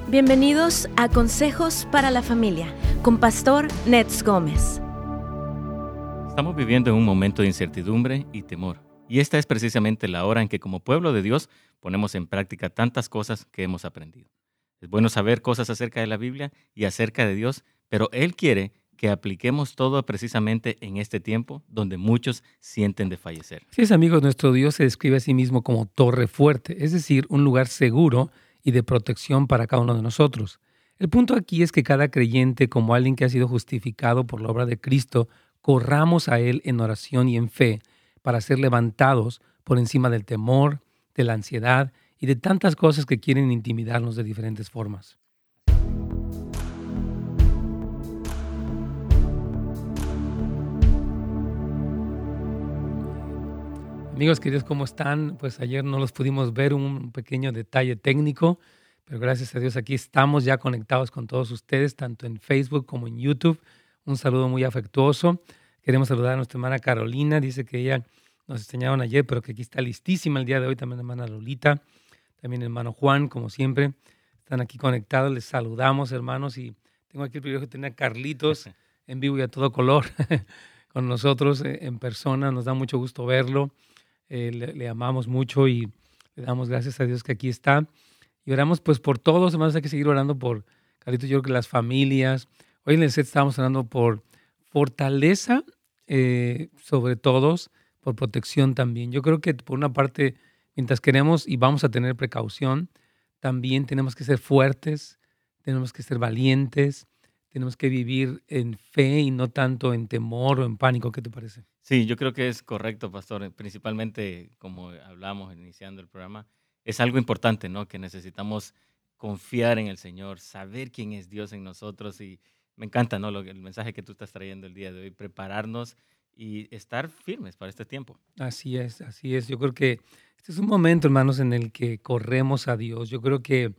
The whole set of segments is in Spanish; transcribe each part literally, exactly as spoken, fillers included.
Bienvenidos a Consejos para la Familia con Pastor Nets Gómez. Estamos viviendo en un momento de incertidumbre y temor. Y esta es precisamente la hora en que como pueblo de Dios ponemos en práctica tantas cosas que hemos aprendido. Es bueno saber cosas acerca de la Biblia y acerca de Dios, pero Él quiere que apliquemos todo precisamente en este tiempo donde muchos sienten de fallecer. Sí, es, amigos, nuestro Dios se describe a sí mismo como torre fuerte, es decir, un lugar seguro y de protección para cada uno de nosotros. El punto aquí es que cada creyente, como alguien que ha sido justificado por la obra de Cristo, corramos a Él en oración y en fe para ser levantados por encima del temor, de la ansiedad y de tantas cosas que quieren intimidarnos de diferentes formas. Amigos queridos, ¿cómo están? Pues ayer no los pudimos ver, un pequeño detalle técnico, pero gracias a Dios aquí estamos ya conectados con todos ustedes, tanto en Facebook como en YouTube. Un saludo muy afectuoso. Queremos saludar a nuestra hermana Carolina, dice que ella nos enseñaron ayer, pero que aquí está listísima el día de hoy, también la hermana Lolita, también el hermano Juan, como siempre, están aquí conectados. Les saludamos, hermanos, y tengo aquí el privilegio de tener a Carlitos en vivo y a todo color con nosotros en persona. Nos da mucho gusto verlo. Eh, le, le amamos mucho y le damos gracias a Dios que aquí está. Y oramos pues por todos, hermanos, hay que seguir orando por, Carlitos, yo creo que las familias. Hoy en el set estábamos orando por fortaleza eh, sobre todos, por protección también. Yo creo que por una parte, mientras queremos y vamos a tener precaución, también tenemos que ser fuertes, tenemos que ser valientes, tenemos que vivir en fe y no tanto en temor o en pánico. ¿Qué te parece? Sí, yo creo que es correcto, pastor. Principalmente, como hablamos iniciando el programa, es algo importante, ¿no? Que necesitamos confiar en el Señor, saber quién es Dios en nosotros. Y me encanta, ¿no? Lo, el mensaje que tú estás trayendo el día de hoy, prepararnos y estar firmes para este tiempo. Así es, así es. Yo creo que este es un momento, hermanos, en el que corremos a Dios. Yo creo que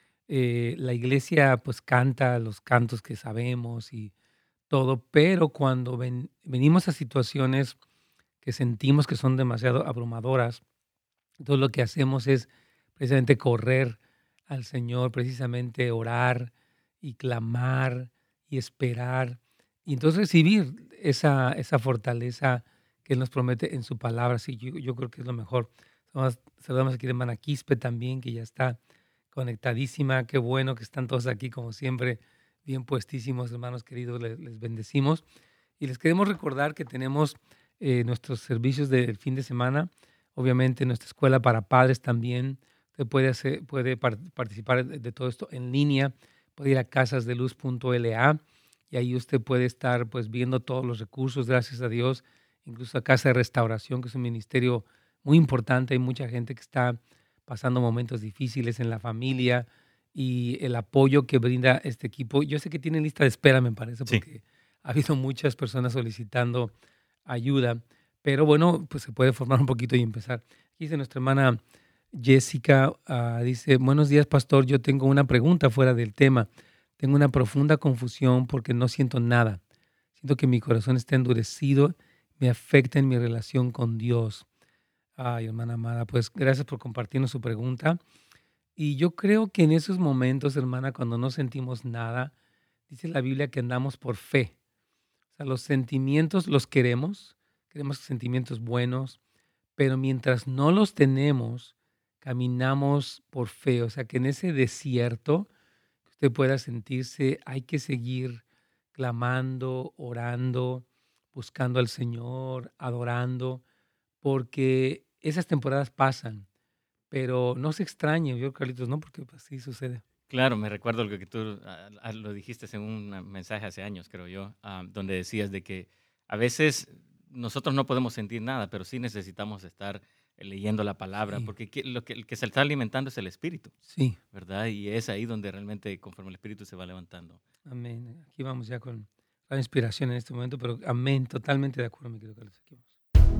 eh, la iglesia pues canta los cantos que sabemos y todo, pero cuando ven, venimos a situaciones que sentimos que son demasiado abrumadoras, entonces lo que hacemos es precisamente correr al Señor, precisamente orar y clamar y esperar, y entonces recibir esa, esa fortaleza que Él nos promete en su palabra. Sí, yo, yo creo que es lo mejor. Saludamos, saludamos aquí a la hermana Quispe también, que ya está conectadísima. Qué bueno que están todos aquí, como siempre, bien puestísimos, hermanos queridos, les, les bendecimos. Y les queremos recordar que tenemos eh, nuestros servicios del fin de semana, obviamente nuestra escuela para padres también. Usted puede, hacer, puede par- participar de, de todo esto en línea, puede ir a casas de luz punto l a y ahí usted puede estar pues viendo todos los recursos, gracias a Dios, incluso a Casa de Restauración, que es un ministerio muy importante. Hay mucha gente que está pasando momentos difíciles en la familia, y el apoyo que brinda este equipo. Yo sé que tienen lista de espera, me parece, porque sí, ha habido muchas personas solicitando ayuda, pero bueno, pues se puede formar un poquito y empezar. Aquí dice nuestra hermana Jessica, uh, dice, buenos días, pastor, yo tengo una pregunta fuera del tema. Tengo una profunda confusión porque no siento nada. Siento que mi corazón está endurecido, me afecta en mi relación con Dios. Ay, hermana amada, pues gracias por compartirnos su pregunta. Y yo creo que en esos momentos, hermana, cuando no sentimos nada, dice la Biblia que andamos por fe. O sea, los sentimientos los queremos, queremos sentimientos buenos, pero mientras no los tenemos, caminamos por fe. O sea, que en ese desierto que usted pueda sentirse, hay que seguir clamando, orando, buscando al Señor, adorando, porque esas temporadas pasan. Pero no se extrañe, yo, Carlitos, no, porque así sucede. Claro, me recuerdo lo que tú ah, ah, lo dijiste en un mensaje hace años, creo yo, ah, donde decías de que a veces nosotros no podemos sentir nada, pero sí necesitamos estar eh, leyendo la palabra, Sí, porque que- lo que, el que se está alimentando es el espíritu, sí, ¿verdad? Y es ahí donde realmente, conforme el espíritu se va levantando. amén. Aquí vamos ya con la inspiración en este momento, pero amén, totalmente de acuerdo, mi querido Carlos. Aquí vamos.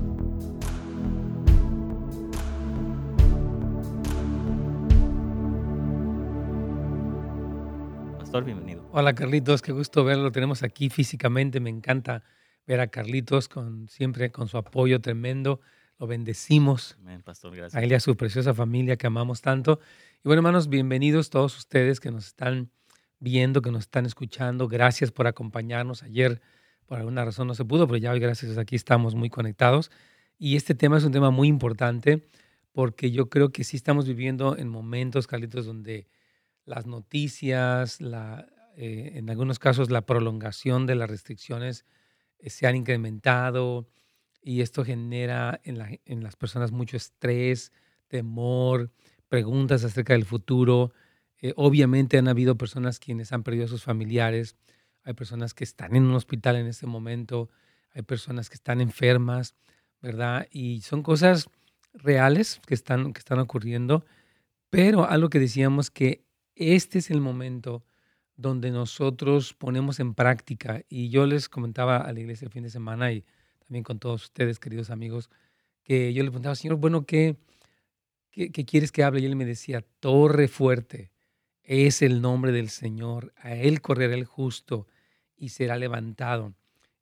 Pastor, bienvenido. Hola, Carlitos, qué gusto verlo. Lo tenemos aquí físicamente. Me encanta ver a Carlitos con, siempre con su apoyo tremendo. Lo bendecimos Amén, pastor, a gracias. él y a su preciosa familia que amamos tanto. Y bueno, hermanos, bienvenidos todos ustedes que nos están viendo, que nos están escuchando. Gracias por acompañarnos. Ayer, por alguna razón, no se pudo, pero ya hoy, gracias a Dios, aquí estamos muy conectados. Y este tema es un tema muy importante porque yo creo que sí estamos viviendo en momentos, Carlitos, donde las noticias, la, eh, en algunos casos la prolongación de las restricciones eh, se han incrementado y esto genera en, la- en las personas mucho estrés, temor, preguntas acerca del futuro. Eh, obviamente han habido personas quienes han perdido a sus familiares, hay personas que están en un hospital en este momento, hay personas que están enfermas, ¿verdad? Y son cosas reales que están, que están ocurriendo, pero algo que decíamos que este es el momento donde nosotros ponemos en práctica, y yo les comentaba a la iglesia el fin de semana y también con todos ustedes, queridos amigos, que yo le preguntaba, Señor, bueno, ¿qué, qué, qué quieres que hable? Y él me decía, torre fuerte es el nombre del Señor, a él correrá el justo y será levantado.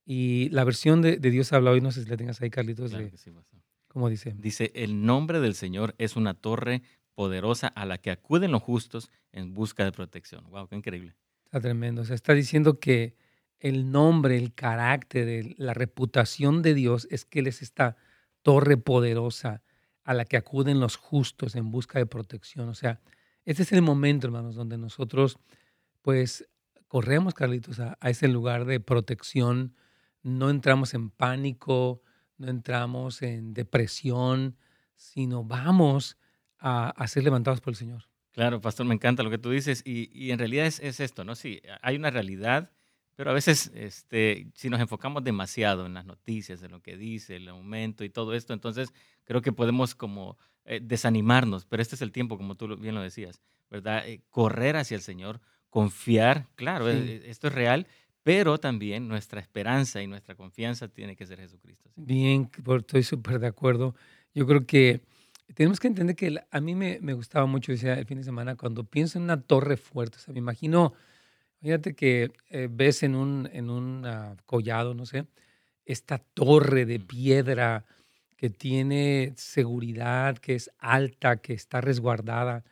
Y la versión de, de Dios habla hoy, no sé si la tengas ahí, Carlitos, Claro de, que sí, pastor. ¿cómo dice? Dice, el nombre del Señor es una torre poderosa a la que acuden los justos en busca de protección. Wow, qué increíble. Está tremendo. O sea, está diciendo que el nombre, el carácter, el- la reputación de Dios es que Él es esta torre poderosa a la que acuden los justos en busca de protección. O sea, este es el momento, hermanos, donde nosotros, pues, corremos, Carlitos, a, a ese lugar de protección. No entramos en pánico, no entramos en depresión, sino vamos a, a ser levantados por el Señor. Claro, pastor, me encanta lo que tú dices y, y en realidad es, es esto, ¿no? Sí, hay una realidad, pero a veces este, si nos enfocamos demasiado en las noticias, en lo que dice, el aumento y todo esto, entonces creo que podemos como eh, desanimarnos, pero este es el tiempo, como tú lo- bien lo decías, ¿verdad? Eh, correr hacia el Señor, confiar, claro, eh, Sí. eh, esto es real, pero también nuestra esperanza y nuestra confianza tiene que ser Jesucristo. ¿Sí? Bien, que por- estoy súper de acuerdo. Yo creo que tenemos que entender que la- a mí me, me gustaba mucho, decía el fin de semana, cuando pienso en una torre fuerte, o sea, me imagino, fíjate que eh, ves en un, en un ah, collado, no sé, esta torre de Mm, piedra que tiene seguridad, que es alta, que está resguardada.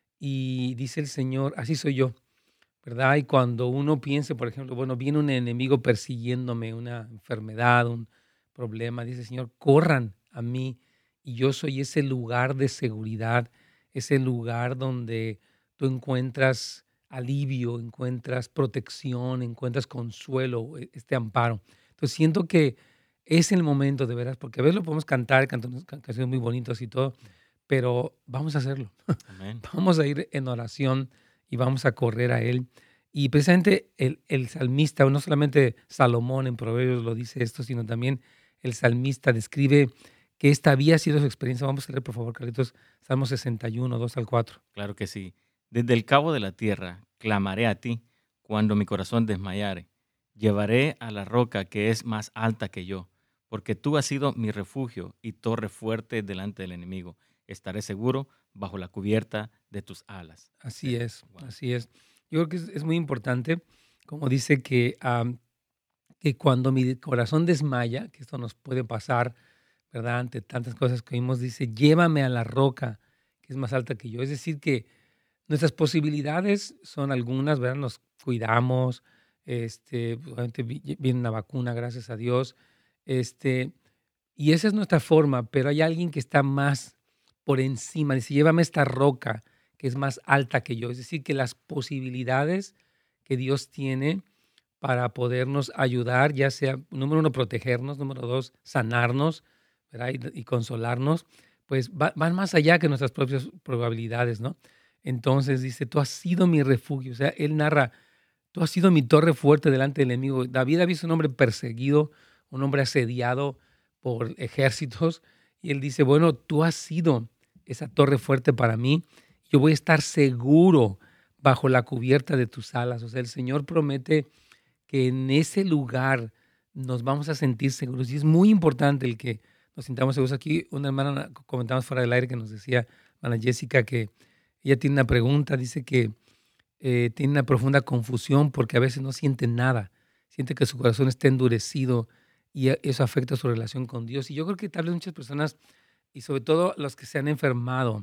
Y dice el Señor, así soy yo, ¿verdad? Y cuando uno piensa, por ejemplo, bueno, viene un enemigo persiguiéndome, una enfermedad, un problema, dice, Señor, corran a mí y yo soy ese lugar de seguridad, ese lugar donde tú encuentras alivio, encuentras protección, encuentras consuelo, e- este amparo. Entonces siento que es el momento de veras, porque a veces lo podemos cantar, cantamos can- canciones muy bonitas y todo, pero vamos a hacerlo. amén. Vamos a ir en oración y vamos a correr a Él. Y precisamente el, el salmista, no solamente Salomón en Proverbios lo dice esto, sino también el salmista describe que esta había sido su experiencia. Vamos a leer, por favor, Carlitos, Salmo sesenta y uno, dos al cuatro. Claro que sí. Desde el cabo de la tierra clamaré a ti cuando mi corazón desmayare. Llevaré a la roca que es más alta que yo, porque tú has sido mi refugio y torre fuerte delante del enemigo. Estaré seguro bajo la cubierta de tus alas. Así es, Wow. así es. Yo creo que es, es muy importante, como dice que, am, que cuando mi corazón desmaya, que esto nos puede pasar, ¿verdad? Ante tantas cosas que oímos, dice, llévame a la roca que es más alta que yo. Es decir, que nuestras posibilidades son algunas, ¿verdad? Nos cuidamos, este, pues, obviamente vi- viene una vacuna, gracias a Dios, este, y esa es nuestra forma, pero hay alguien que está más por encima, dice, llévame a esta roca que es más alta que yo. Es decir, que las posibilidades que Dios tiene para podernos ayudar, ya sea, número uno, protegernos, número dos, sanarnos, ¿verdad? Y, y consolarnos, pues va- van más allá que nuestras propias probabilidades, ¿no? Entonces dice, tú has sido mi refugio. O sea, él narra, tú has sido mi torre fuerte delante del enemigo. David había sido un hombre perseguido, un hombre asediado por ejércitos, y él dice, bueno, tú has sido esa torre fuerte para mí. Yo voy a estar seguro bajo la cubierta de tus alas. O sea, el Señor promete que en ese lugar nos vamos a sentir seguros. Y es muy importante el que nos sintamos seguros. Aquí una hermana, comentamos fuera del aire, que nos decía, hermana Jessica, que ella tiene una pregunta, dice que eh, tiene una profunda confusión porque a veces no siente nada, siente que su corazón está endurecido y e- eso afecta su relación con Dios. Y yo creo que tal vez muchas personas, y sobre todo los que se han enfermado,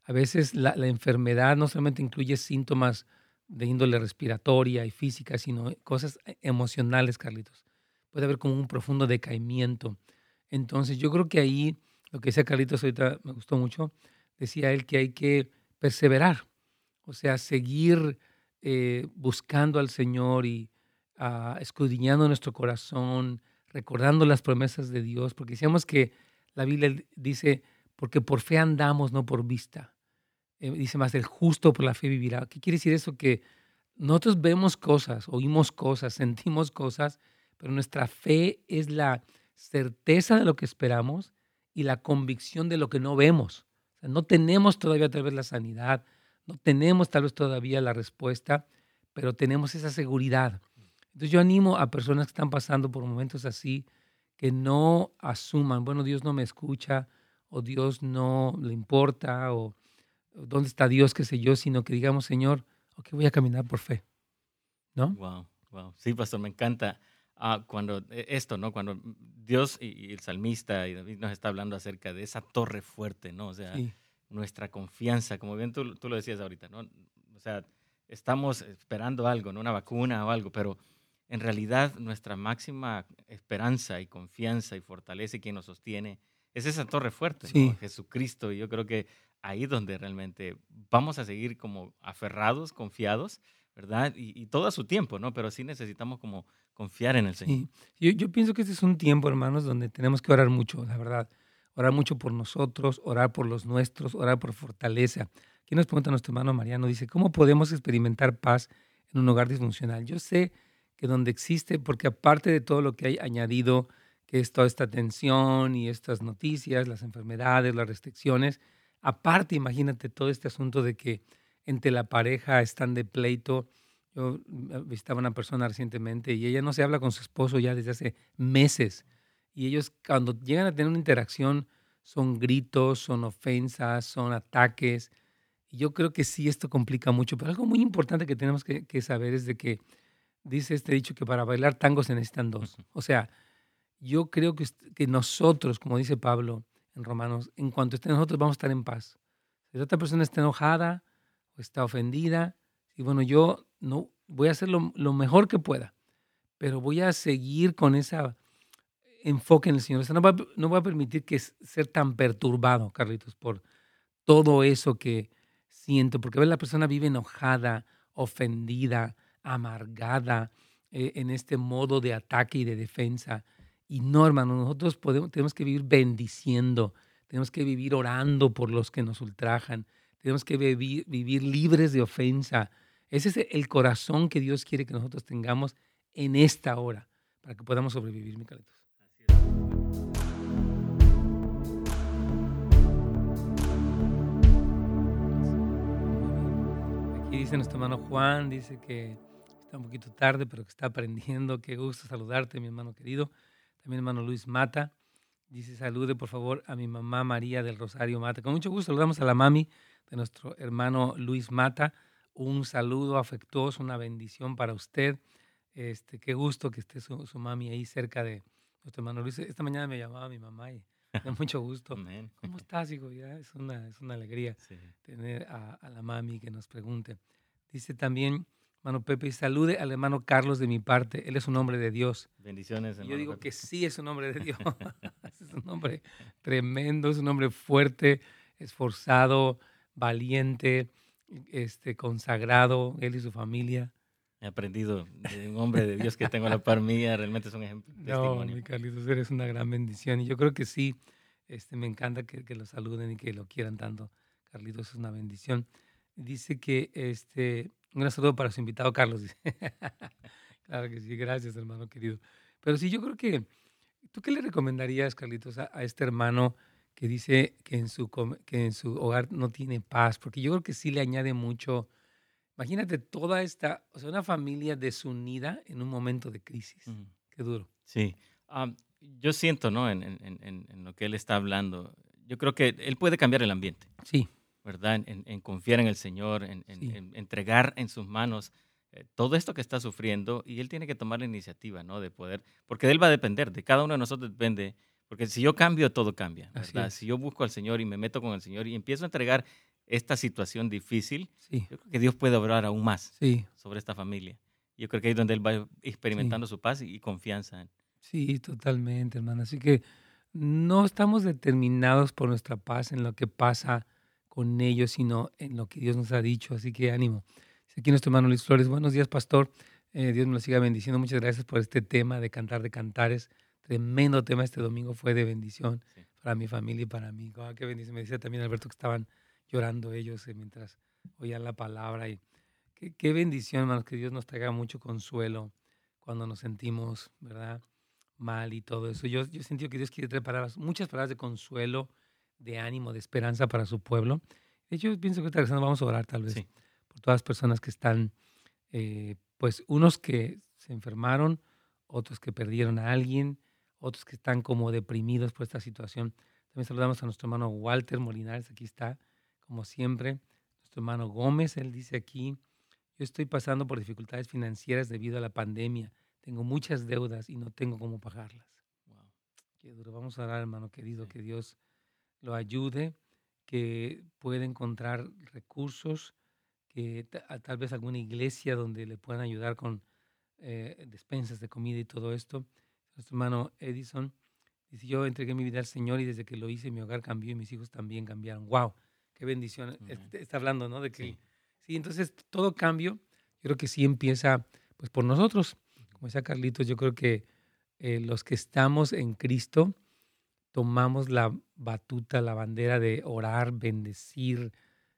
A veces la, la enfermedad no solamente incluye síntomas de índole respiratoria y física, sino cosas e- emocionales, Carlitos. Puede haber como un profundo decaimiento. Entonces, yo creo que ahí, lo que decía Carlitos ahorita me gustó mucho, decía él que hay que perseverar, o sea, seguir eh, buscando al Señor y ah, escudriñando nuestro corazón, recordando las promesas de Dios, porque decíamos que la Biblia dice, porque por fe andamos, no por vista. Eh, dice más, el justo por la fe vivirá. ¿Qué quiere decir eso? Que nosotros vemos cosas, oímos cosas, sentimos cosas, pero nuestra fe es la certeza de lo que esperamos y la convicción de lo que no vemos. O sea, no tenemos todavía tal vez la sanidad, no tenemos tal vez todavía la respuesta, pero tenemos esa seguridad. Entonces yo animo a personas que están pasando por momentos así, que no asuman, bueno, Dios no me escucha, o Dios no le importa, o dónde está Dios, qué sé yo, sino que digamos, Señor, ok, voy a caminar por fe, ¿no? Wow, wow. Sí, pastor, me encanta ah, cuando eh, esto, ¿no? Cuando Dios y, y el salmista y David nos está hablando acerca de esa torre fuerte, ¿no? O sea, Sí, nuestra confianza, como bien tú, tú lo decías ahorita, ¿no? O sea, estamos esperando algo, ¿no? Una vacuna o algo, pero en realidad nuestra máxima esperanza y confianza y fortaleza y quien nos sostiene es esa torre fuerte, ¿no? sí, Jesucristo. Y yo creo que ahí es donde realmente vamos a seguir como aferrados, confiados, ¿verdad? Y, y todo a su tiempo, ¿no? Pero sí necesitamos como confiar en el Señor. sí. Yo, yo pienso que este es un tiempo, hermanos, donde tenemos que orar mucho, la verdad. Orar mucho por nosotros, orar por los nuestros, orar por fortaleza. Aquí nos pregunta nuestro hermano Mariano, dice, ¿cómo podemos experimentar paz en un hogar disfuncional? Yo sé que donde existe, porque aparte de todo lo que hay añadido, que es toda esta tensión y estas noticias, las enfermedades, las restricciones, aparte, imagínate todo este asunto de que entre la pareja están de pleito. Yo mm, visitaba a una persona recientemente y ella no se habla con su esposo ya desde hace meses. Y ellos cuando llegan a tener una interacción son gritos, son ofensas, son ataques. Y yo creo que sí, esto complica mucho. Pero algo muy importante que tenemos que, que saber es de que dice este dicho que para bailar tango se necesitan dos. Ujú. O sea, yo creo que, est- que nosotros, como dice Pablo en Romanos, en cuanto esté nosotros vamos a estar en paz. Si la otra persona está enojada o está ofendida, y bueno, yo no voy a hacer lo, lo mejor que pueda, pero voy a seguir con ese enfoque en el Señor. O sea, no, va a- no voy a permitir que s- ser tan perturbado, Carlitos, por todo eso que siento, porque a veces la persona vive enojada, ofendida, amargada, eh, en este modo de ataque y de defensa. Y no, hermano, nosotros podemos, tenemos que vivir bendiciendo, tenemos que vivir orando por los que nos ultrajan, tenemos que vivi- vivir libres de ofensa. Ese es el corazón que Dios quiere que nosotros tengamos en esta hora, para que podamos sobrevivir, mi Carlitos. Muy bien. Aquí dice nuestro hermano Juan, dice que está un poquito tarde, pero que está aprendiendo. Qué gusto saludarte, mi hermano querido. También hermano Luis Mata. Dice, salude por favor a mi mamá María del Rosario Mata. Con mucho gusto saludamos a la mami de nuestro hermano Luis Mata. Un saludo afectuoso, una bendición para usted. Este, qué gusto que esté su, su mami ahí cerca de nuestro hermano Luis. Esta mañana me llamaba mi mamá y me da mucho gusto. Amén. ¿Cómo estás, hijo? Ya es una, es una alegría Sí. tener a, a la mami que nos pregunte. Dice también, hermano Pepe, salude al hermano Carlos de mi parte. Él es un hombre de Dios. Bendiciones, Y yo hermano digo Pepe. que sí es un hombre de Dios. Es un hombre tremendo, es un hombre fuerte, esforzado, valiente, este, consagrado, él y su familia. He aprendido de un hombre de Dios que tengo a la par mía, realmente es un ejemplo, No, testimonio. mi Carlitos, eres una gran bendición. Y yo creo que sí, este, me encanta que, que lo saluden y que lo quieran tanto. Carlitos es una bendición. Dice que este, un gran saludo para su invitado Carlos. Dice. Claro que sí, gracias, hermano querido. Pero sí, yo creo que, ¿tú qué le recomendarías, Carlitos, a, a este hermano que dice que en, su, com- que en su hogar no tiene paz? Porque yo creo que sí le añade mucho. Imagínate toda esta, o sea, una familia desunida en un momento de crisis. Ujú. Qué duro. Sí. Am, yo siento, ¿no? En, en- en- en- en lo que él está hablando, yo creo que él puede cambiar el ambiente, Sí, ¿verdad? En, en confiar en el Señor, en, en- sí, en entregar en sus manos eh, todo esto que está sufriendo y él tiene que tomar la iniciativa, ¿no? De poder, porque de él va a depender, de cada uno de nosotros depende, porque si yo cambio, todo cambia, así ¿verdad? es. Si yo busco al Señor y me meto con el Señor y empiezo a entregar esta situación difícil, Sí, yo creo que Dios puede obrar aún más sí, sobre esta familia. Yo creo que ahí es donde Él va sí, experimentando su paz y, y confianza. sí, totalmente, hermano. Así que no estamos determinados por nuestra paz en lo que pasa con ellos, sino en lo que Dios nos ha dicho. Así que ánimo. Dice aquí nuestro hermano Luis Flores. Buenos días, pastor. Eh, Dios me lo siga bendiciendo. Muchas gracias por este tema de Cantar de Cantares. Tremendo tema este domingo, fue de bendición Sí. para mi familia y para mí. Ah, qué bendición. Me decía también Alberto que estaban llorando ellos eh, mientras oían la palabra. Y qué, qué bendición, hermanos, que Dios nos traiga mucho consuelo cuando nos sentimos, ¿verdad?, mal y todo eso. Yo, yo he sentido que Dios quiere traer palabras, muchas palabras de consuelo, de ánimo, de esperanza para su pueblo. De hecho, yo pienso que esta regresando vamos a orar tal vez Sí. por todas las personas que están, eh, pues unos que se enfermaron, otros que perdieron a alguien, otros que están como deprimidos por esta situación. También saludamos a nuestro hermano Walter Molinares, aquí está, como siempre. Nuestro hermano Gómez, él dice aquí, yo estoy pasando por dificultades financieras debido a la pandemia. Tengo muchas deudas y no tengo cómo pagarlas. Wow. Qué duro. Vamos a orar, hermano querido, Sí. que Dios lo ayude, que pueda encontrar recursos, que ta- a- tal vez alguna iglesia donde le puedan ayudar con eh, despensas de comida y todo esto. Nuestro hermano Edison dice, yo entregué mi vida al Señor y desde que lo hice mi hogar cambió y mis hijos también cambiaron. ¡Wow! ¡Qué bendición! Amén. Este- Está hablando, ¿no? De que, Sí. sí, entonces todo cambio, yo creo que sí empieza pues por nosotros. Como decía Carlitos, yo creo que eh, los que estamos en Cristo tomamos la batuta, la bandera de orar, bendecir,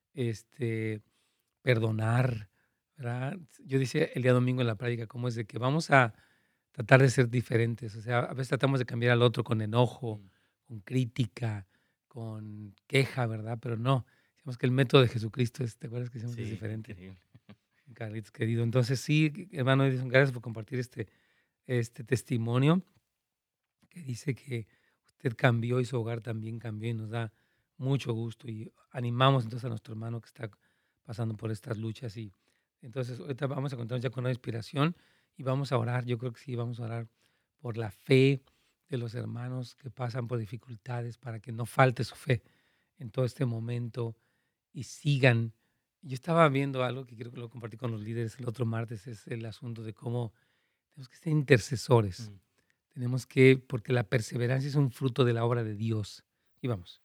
este, perdonar, ¿verdad? Yo decía el día domingo en la práctica, cómo es de que vamos a tratar de ser diferentes. O sea, a veces tratamos de cambiar al otro con enojo, Mm. con crítica, con queja, ¿verdad? Pero no, decimos que el método de Jesucristo es, ¿te acuerdas que decimos que es Sí, diferente? increíble. Carlitos, querido. Entonces, sí, hermano Edison, gracias por compartir este, este testimonio que dice que usted cambió y su hogar también cambió y nos da mucho gusto y animamos entonces a nuestro hermano que está pasando por estas luchas y entonces ahorita vamos a contarnos ya con una inspiración y vamos a orar, yo creo que sí, vamos a orar por la fe de los hermanos que pasan por dificultades para que no falte su fe en todo este momento y sigan. Yo estaba viendo algo que quiero que lo compartí con los líderes el otro martes, es el asunto de cómo tenemos que ser intercesores. Mm. Tenemos que, porque la perseverancia es un fruto de la obra de Dios. Y vamos.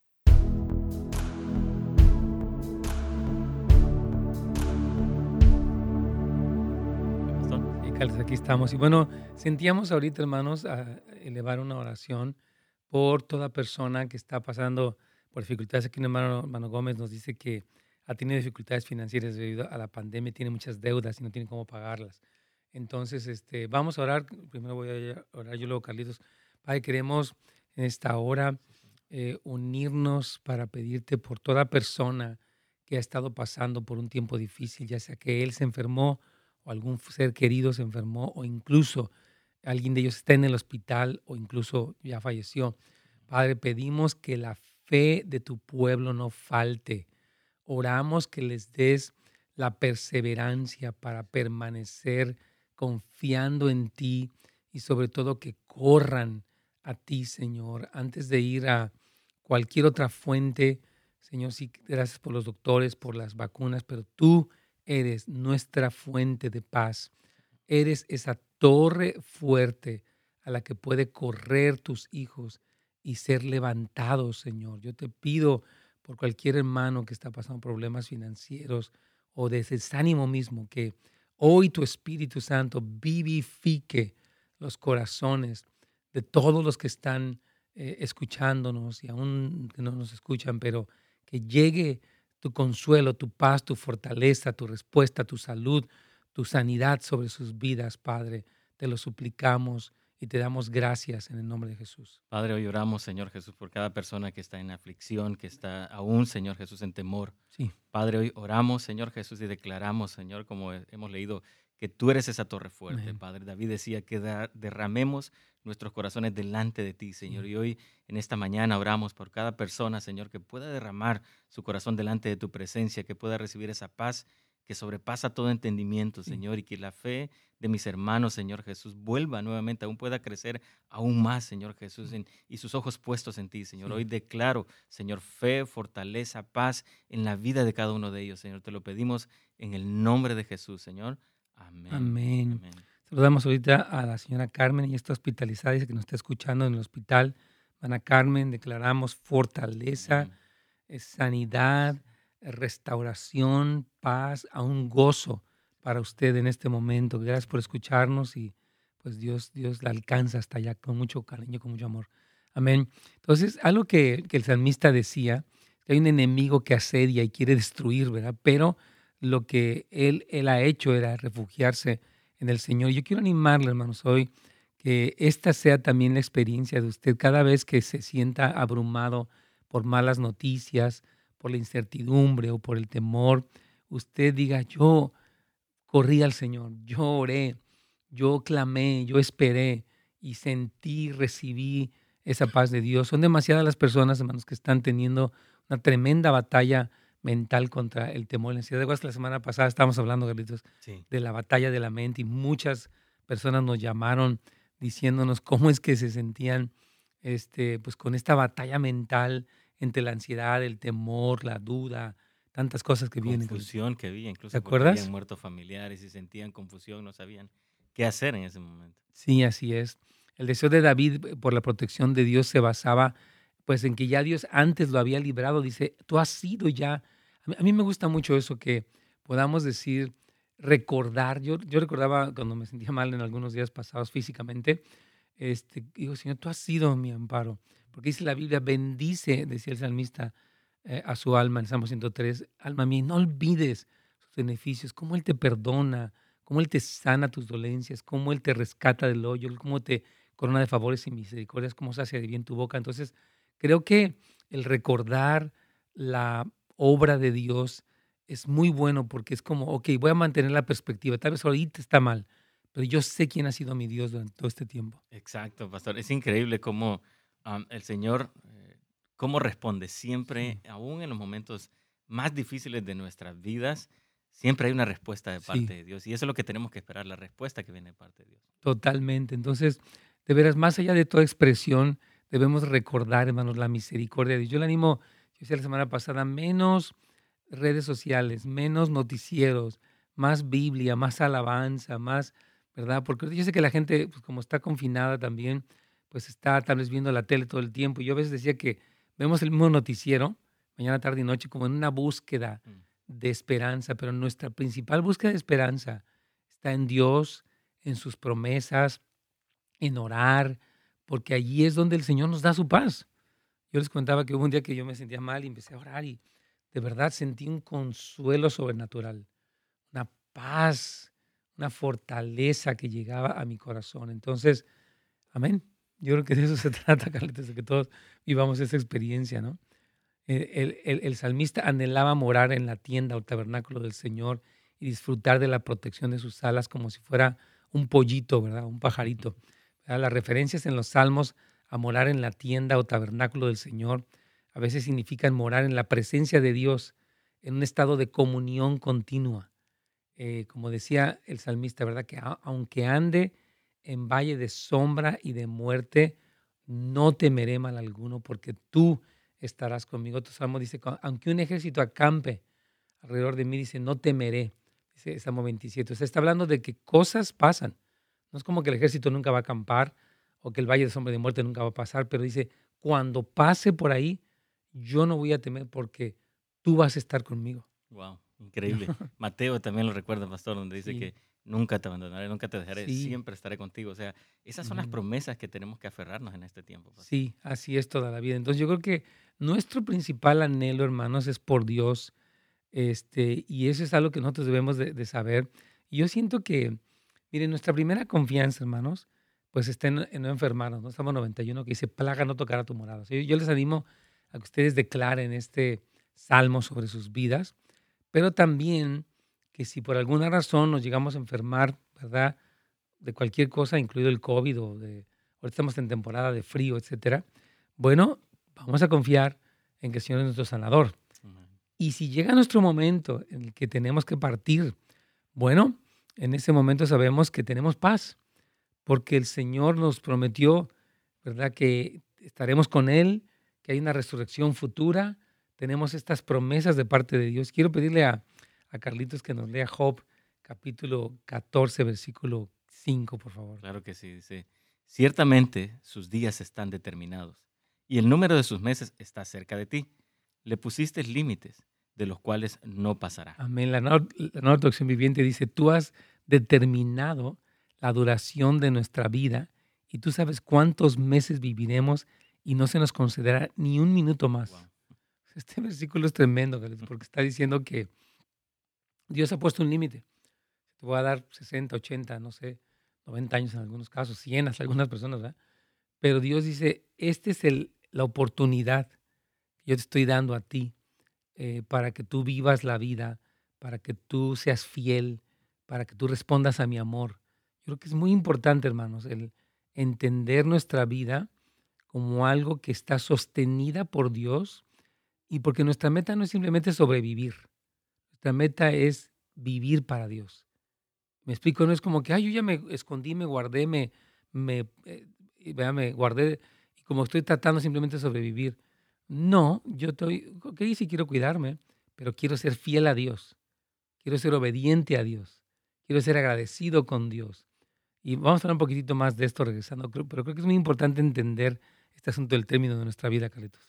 Pastor. Sí, Carlos, aquí estamos. Y bueno, sentíamos ahorita, hermanos, a elevar una oración por toda persona que está pasando por dificultades. Aquí un hermano, hermano Gómez nos dice que ha tenido dificultades financieras debido a la pandemia, tiene muchas deudas y no tiene cómo pagarlas. Entonces, este, vamos a orar. Primero voy a orar yo, luego Carlitos. Padre, queremos en esta hora eh, unirnos para pedirte por toda persona que ha estado pasando por un tiempo difícil, ya sea que él se enfermó o algún ser querido se enfermó o incluso alguien de ellos está en el hospital o incluso ya falleció. Padre, pedimos que la fe de tu pueblo no falte. Oramos que les des la perseverancia para permanecer confiando en ti y sobre todo que corran a ti, Señor, antes de ir a cualquier otra fuente. Señor, sí, gracias por los doctores, por las vacunas, pero tú eres nuestra fuente de paz. Eres esa torre fuerte a la que puede correr tus hijos y ser levantados, Señor. Yo te pido por cualquier hermano que está pasando problemas financieros o de desánimo mismo, que hoy tu Espíritu Santo vivifique los corazones de todos los que están eh, escuchándonos y aún que no nos escuchan, pero que llegue tu consuelo, tu paz, tu fortaleza, tu respuesta, tu salud, tu sanidad sobre sus vidas, Padre. Te lo suplicamos y te damos gracias en el nombre de Jesús. Padre, hoy oramos, Señor Jesús, por cada persona que está en aflicción, que está aún, Señor Jesús, en temor. Sí, Padre, hoy oramos, Señor Jesús, y declaramos, Señor, como he- hemos leído, que tú eres esa torre fuerte, amén. Padre. David decía que da- derramemos nuestros corazones delante de ti, Señor. Sí, Y hoy, en esta mañana, oramos por cada persona, Señor, que pueda derramar su corazón delante de tu presencia, que pueda recibir esa paz que sobrepasa todo entendimiento, Sí. Señor, y que la fe de mis hermanos, Señor Jesús, vuelva nuevamente, aún pueda crecer aún más, Señor Jesús, en- y sus ojos puestos en ti, Señor. Sí. Hoy declaro, Señor, fe, fortaleza, paz en la vida de cada uno de ellos, Señor. Te lo pedimos en el nombre de Jesús, Señor. Amén. Amén. Amén. Saludamos ahorita a la señora Carmen, ella está hospitalizada, dice que nos está escuchando en el hospital. Ana Carmen, declaramos fortaleza, Amén. eh, sanidad, eh, restauración, paz, a un gozo para usted en este momento. Gracias por escucharnos y pues Dios, Dios la alcanza hasta allá con mucho cariño, con mucho amor. Amén. Entonces, algo que, que el salmista decía, que hay un enemigo que asedia y quiere destruir, ¿verdad? Pero lo que él, él ha hecho era refugiarse en el Señor. Yo quiero animarle, hermanos, hoy que esta sea también la experiencia de usted cada vez que se sienta abrumado por malas noticias, por la incertidumbre o por el temor. Usted diga, yo corrí al Señor, yo oré, yo clamé, yo esperé y sentí, recibí esa paz de Dios. Son demasiadas las personas, hermanos, que están teniendo una tremenda batalla mental contra el temor y la ansiedad. ¿Te acuerdas que la semana pasada estábamos hablando, Carlitos, Sí. de la batalla de la mente y muchas personas nos llamaron diciéndonos cómo es que se sentían este, pues, con esta batalla mental entre la ansiedad, el temor, la duda, tantas cosas que vienen, Carlitos. Confusión que había, ¿Te incluso porque acuerdas? habían muerto familiares y sentían confusión, no sabían qué hacer en ese momento. Sí, así es. El deseo de David eh, por la protección de Dios se basaba pues en que ya Dios antes lo había librado. Dice, tú has sido ya. A mí, a mí me gusta mucho eso que podamos decir, recordar. Yo, yo recordaba cuando me sentía mal en algunos días pasados físicamente, este, digo, Señor, tú has sido mi amparo. Porque dice la Biblia, bendice, decía el salmista, eh, a su alma en Salmo ciento tres, alma mía, no olvides sus beneficios, cómo Él te perdona, cómo Él te sana tus dolencias, cómo Él te rescata del hoyo, cómo te corona de favores y misericordias, cómo sacia de bien tu boca. Entonces, creo que el recordar la obra de Dios es muy bueno porque es como, ok, voy a mantener la perspectiva. Tal vez ahorita está mal, pero yo sé quién ha sido mi Dios durante todo este tiempo. Exacto, pastor. Es increíble cómo am, el Señor, eh, cómo responde siempre, Sí, aún en los momentos más difíciles de nuestras vidas, siempre hay una respuesta de sí, parte de Dios. Y eso es lo que tenemos que esperar, la respuesta que viene de parte de Dios. totalmente. Entonces, de veras, más allá de toda expresión, debemos recordar, hermanos, la misericordia de Dios. Yo le animo, yo decía la semana pasada, menos redes sociales, menos noticieros, más Biblia, más alabanza, más, ¿verdad? Porque ahorita yo sé que la gente, pues como está confinada también, pues está tal vez viendo la tele todo el tiempo. Y yo a veces decía que vemos el mismo noticiero, mañana, tarde y noche, como en una búsqueda Mm. de esperanza, pero nuestra principal búsqueda de esperanza está en Dios, en sus promesas, en orar, porque allí es donde el Señor nos da su paz. Yo les contaba que hubo un día que yo me sentía mal y empecé a orar y de verdad sentí un consuelo sobrenatural, una paz, una fortaleza que llegaba a mi corazón. Entonces, amén. Yo creo que de eso se trata, Carlitos, de que todos vivamos esa experiencia, ¿no? El, el- el- el salmista anhelaba morar en la tienda o tabernáculo del Señor y disfrutar de la protección de sus alas como si fuera un pollito, ¿verdad? Un pajarito. ¿Verdad? Las referencias en los salmos a morar en la tienda o tabernáculo del Señor a veces significan morar en la presencia de Dios, en un estado de comunión continua. Eh, como decía el salmista, ¿verdad? Que a- aunque ande en valle de sombra y de muerte, no temeré mal alguno, porque tú estarás conmigo. Otro salmo dice, "Cu- aunque un ejército acampe alrededor de mí, dice, no temeré. Dice Salmo veintisiete. O sea, está hablando de que cosas pasan. No es como que el ejército nunca va a acampar o que el valle de sombra y de muerte nunca va a pasar, pero dice, cuando pase por ahí, yo no voy a temer porque tú vas a estar conmigo. Wow, increíble. Mateo también lo recuerda, pastor, donde dice Sí, que nunca te abandonaré, nunca te dejaré, sí. siempre estaré contigo. O sea, esas son las Amén. promesas que tenemos que aferrarnos en este tiempo, pastor. Sí, así es toda la vida. Entonces yo creo que nuestro principal anhelo, hermanos, es por Dios, este, y eso es algo que nosotros debemos de, de saber. Y yo siento que, miren, nuestra primera confianza, hermanos, pues está en, en no enfermarnos, ¿no? Estamos noventa y uno que dice, plaga no tocará tu morada. O sea, yo, yo les animo a que ustedes declaren este salmo sobre sus vidas, pero también que si por alguna razón nos llegamos a enfermar, ¿verdad? De cualquier cosa, incluido el COVID o de, ahorita estamos en temporada de frío, etcétera. Bueno, vamos a confiar en que el Señor es nuestro sanador. Amén. Y si llega nuestro momento en el que tenemos que partir, bueno, en ese momento sabemos que tenemos paz, porque el Señor nos prometió, ¿verdad?, que estaremos con Él, que hay una resurrección futura. Tenemos estas promesas de parte de Dios. Quiero pedirle a, a Carlitos que nos lea Job, capítulo catorce, versículo cinco, por favor. Claro que sí, dice, ciertamente sus días están determinados y el número de sus meses está cerca de ti. Le pusiste límites, de los cuales no pasará. Amén. La nueva, la nueva traducción viviente dice, tú has determinado la duración de nuestra vida y tú sabes cuántos meses viviremos y no se nos concederá ni un minuto más. Wow. Este versículo es tremendo, Carlitos, porque está diciendo que Dios ha puesto un límite. Te voy a dar sesenta, ochenta, no sé, noventa años en algunos casos, cien a algunas personas, ¿verdad? Pero Dios dice, esta es el, la oportunidad que yo te estoy dando a ti eh, para que tú vivas la vida, para que tú seas fiel, para que tú respondas a mi amor. Yo creo que es muy importante, hermanos, el entender nuestra vida como algo que está sostenida por Dios y porque nuestra meta no es simplemente sobrevivir, nuestra meta es vivir para Dios. Me explico, no es como que, ay, yo ya me escondí, me guardé, me, me, eh, y vea, me guardé y como estoy tratando simplemente de sobrevivir. No, yo estoy, ok, sí quiero cuidarme, pero quiero ser fiel a Dios, quiero ser obediente a Dios, quiero ser agradecido con Dios. Y vamos a hablar un poquitito más de esto regresando, creo- pero creo que es muy importante entender este asunto del término de nuestra vida, Carlitos.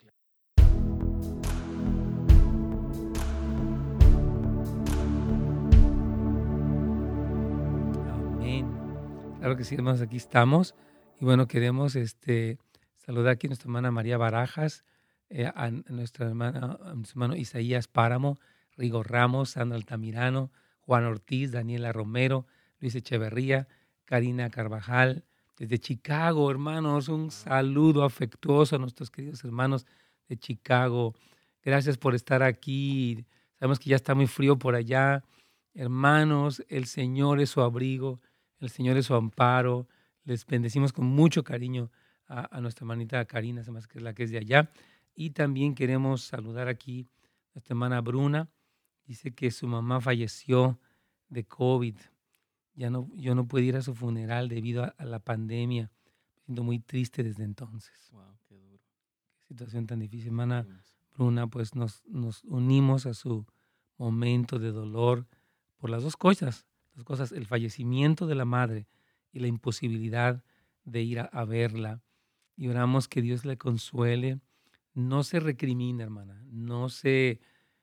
Amén. Claro que sí, hermanos, aquí estamos. Y bueno, queremos este, saludar aquí a nuestra hermana María Barajas, eh, a n- nuestra hermana, a nuestro hermano Isaías Páramo, Rigo Ramos, Sandra Altamirano, Juan Ortiz, Daniela Romero, Luis Echeverría, Karina Carvajal, desde Chicago, hermanos, un saludo afectuoso a nuestros queridos hermanos de Chicago. Gracias por estar aquí. Sabemos que ya está muy frío por allá. Hermanos, el Señor es su abrigo. El Señor es su amparo. Les bendecimos con mucho cariño a, a nuestra hermanita Karina, además que es la que es de allá. Y también queremos saludar aquí a nuestra hermana Bruna. Dice que su mamá falleció de COVID. Ya no, yo no pude ir a su funeral debido a, a la pandemia. Me siento muy triste desde entonces. Wow, qué duro. Qué situación tan difícil, hermana Vimos. Bruna. Pues nos, nos unimos a su momento de dolor por las dos cosas, las cosas, el fallecimiento de la madre y la imposibilidad de ir a, a verla. Y oramos que Dios le consuele. No se recrimina, hermana. No se,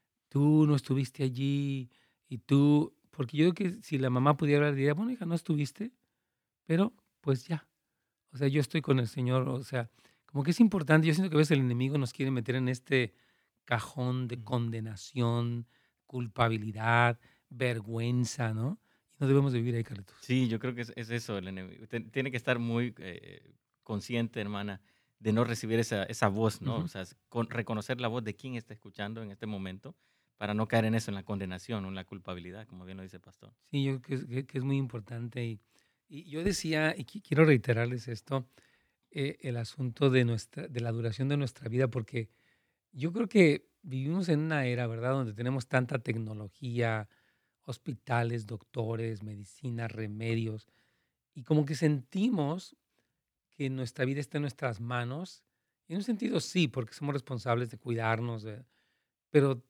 tú no estuviste allí y tú, porque yo creo que si la mamá pudiera hablar, diría, bueno, hija, no estuviste, pero pues ya. O sea, yo estoy con el Señor, o sea, como que es importante. Yo siento que a veces el enemigo nos quiere meter en este cajón de Ujú. condenación, culpabilidad, vergüenza, ¿no? Y no debemos de vivir ahí, Carlitos. Sí, yo creo que es, es eso el enemigo. Ten- Tiene que estar muy eh, consciente, hermana, de no recibir esa, esa voz, ¿no? O Ujú. sea, es con- reconocer la voz de quien está escuchando en este momento para no caer en eso, en la condenación o en la culpabilidad, como bien lo dice el pastor. Sí, yo creo que es, que- que es muy importante. Y, y yo decía, y qui- quiero reiterarles esto, eh, el asunto de, nuestra, de la duración de nuestra vida, porque yo creo que vivimos en una era, ¿verdad?, donde tenemos tanta tecnología, hospitales, doctores, medicina, remedios, y como que sentimos que nuestra vida está en nuestras manos. En un sentido sí, porque somos responsables de cuidarnos, de- pero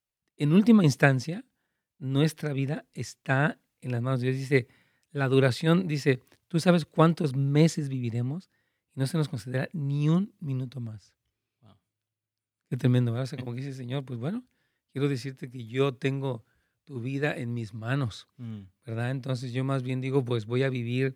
en última instancia, nuestra vida está en las manos de Dios. Dice, la duración, dice, tú sabes cuántos meses viviremos y no se nos considera ni un minuto más. Wow. Qué tremendo, ¿verdad? O sea, como que dice el Señor, pues bueno, quiero decirte que yo tengo tu vida en mis manos, Mm. ¿verdad? Entonces yo más bien digo, pues voy a vivir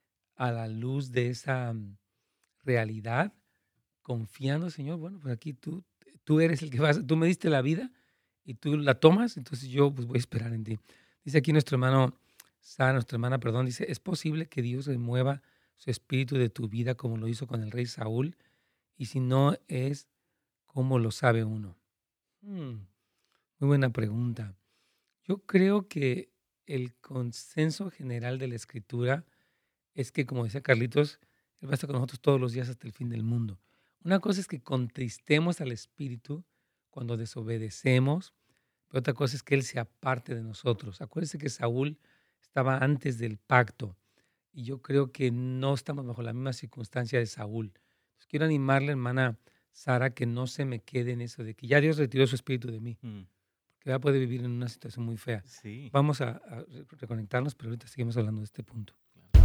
a la luz de esa mm, realidad, confiando, Señor, bueno, pues aquí tú, tú eres el que vas, tú me diste la vida y tú la tomas, entonces yo pues voy a esperar en ti. Dice aquí nuestro hermano, Sara, nuestra hermana, perdón, dice, ¿es posible que Dios remueva su espíritu de tu vida como lo hizo con el rey Saúl? Y si no es, ¿cómo lo sabe uno? Hmm, muy buena pregunta. Yo creo que el consenso general de la escritura es que, como decía Carlitos, Él va a estar con nosotros todos los días hasta el fin del mundo. Una cosa es que contristemos al Espíritu cuando desobedecemos, pero otra cosa es que Él se aparte de nosotros. Acuérdense que Saúl estaba antes del pacto y yo creo que no estamos bajo la misma circunstancia de Saúl. Entonces, quiero animarle, hermana Sara, que no se me quede en eso de que ya Dios retiró su espíritu de mí, Mm, que va a poder vivir en una situación muy fea. sí, Vamos a, a re- reconectarnos, pero ahorita seguimos hablando de este punto.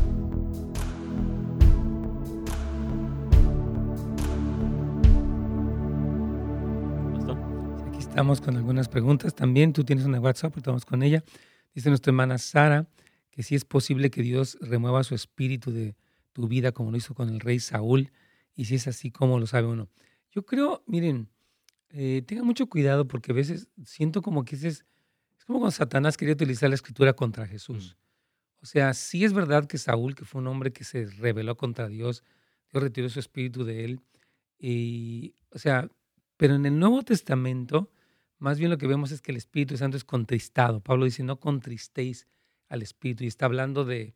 pastor. Sí, aquí estamos con algunas preguntas también. Tú tienes una WhatsApp, ahorita vamos con ella. Dice nuestra hermana Sara que sí es posible que Dios remueva su espíritu de tu vida como lo hizo con el rey Saúl. Y si es así, ¿cómo lo sabe uno? Yo creo, miren, eh, tengan mucho cuidado porque a veces siento como que ese es, es como cuando Satanás quería utilizar la escritura contra Mm, Jesús. O sea, sí es verdad que Saúl, que fue un hombre que se rebeló contra Dios, Dios retiró su espíritu de él. Y, o sea, pero en el Nuevo Testamento, más bien lo que vemos es que el Espíritu Santo es contristado. Pablo dice, no contristéis al Espíritu, y está hablando de,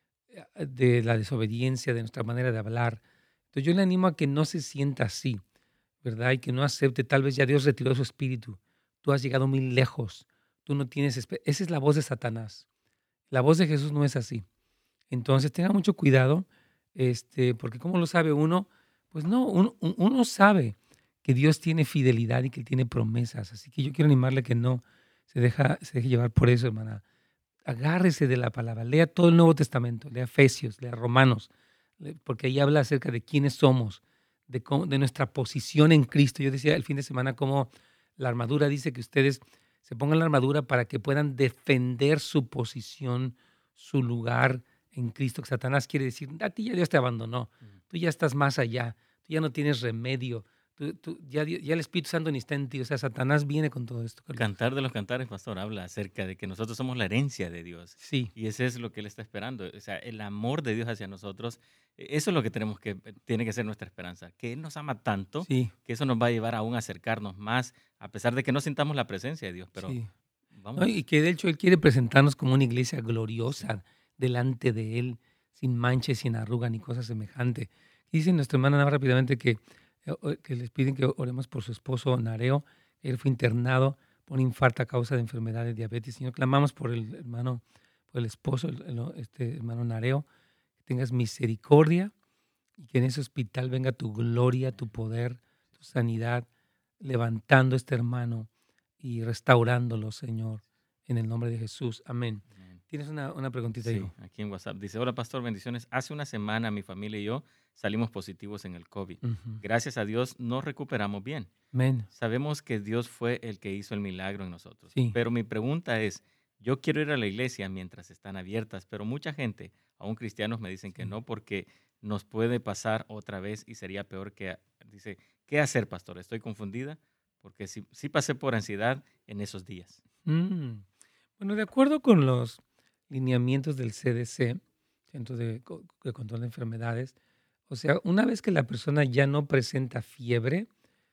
eh, de la desobediencia, de nuestra manera de hablar. Entonces yo le animo a que no se sienta así, ¿verdad? Y que no acepte, tal vez ya Dios retiró su Espíritu. Tú has llegado muy lejos, tú no tienes... espe- Esa es la voz de Satanás. La voz de Jesús no es así. Entonces tenga mucho cuidado, este, porque ¿cómo lo sabe uno? Pues no, uno, un- uno sabe que Dios tiene fidelidad y que Él tiene promesas. Así que yo quiero animarle a que no se, deja, se deje llevar por eso, hermana. Agárrese de la palabra, lea todo el Nuevo Testamento, lea Efesios, lea Romanos, le- porque ahí habla acerca de quiénes somos, de, cómo- de nuestra posición en Cristo. Yo decía el fin de semana cómo la armadura dice que ustedes se pongan la armadura para que puedan defender su posición, su lugar en Cristo. Que Satanás quiere decir, a ti ya Dios te abandonó, mm. tú ya estás más allá, tú ya no tienes remedio, tú- tú- ya, Dios- ya el Espíritu Santo ni está en ti. O sea, Satanás viene con todo esto, Carlitos. Cantar de los Cantares, pastor, habla acerca de que nosotros somos la herencia de Dios. Sí, Y ese es lo que Él está esperando. O sea, el amor de Dios hacia nosotros, eh, eso es lo que tenemos que, eh, tiene que ser nuestra esperanza. Que Él nos ama tanto, sí, que eso nos va a llevar aún a acercarnos más, a pesar de que no sintamos la presencia de Dios. Pero sí. ¿No? Y vamos, que de hecho Él quiere presentarnos como una iglesia gloriosa delante de Él, sin mancha y sin arruga ni cosa semejante. Y dice nuestra hermana Nava rápidamente que, eh, o- que les piden que oremos por su esposo Nareo. Él fue internado por un infarto a causa de enfermedad de diabetes. Señor, clamamos por el hermano, por el esposo, el- el- este hermano Nareo, que tengas misericordia y que en ese hospital venga tu gloria, tu poder, tu sanidad, levantando a este hermano y restaurándolo, Señor, en el nombre de Jesús. Amén. amén. Tienes una, una preguntita, Sí, hijo. aquí en WhatsApp. Dice, hola pastor, bendiciones. Hace una semana mi familia y yo salimos positivos en el COVID. Ujú. Gracias a Dios nos recuperamos bien. Amén. Sabemos que Dios fue el que hizo el milagro en nosotros. Sí. Pero mi pregunta es, yo quiero ir a la iglesia mientras están abiertas, pero mucha gente, aún cristianos, me dicen que Sí. no porque nos puede pasar otra vez y sería peor que... Dice, ¿qué hacer, pastor? Estoy confundida porque sí, sí pasé por ansiedad en esos días. Mm. Bueno, de acuerdo con los lineamientos del C D C, Centro de, Co- de Control de Enfermedades, o sea, una vez que la persona ya no presenta fiebre,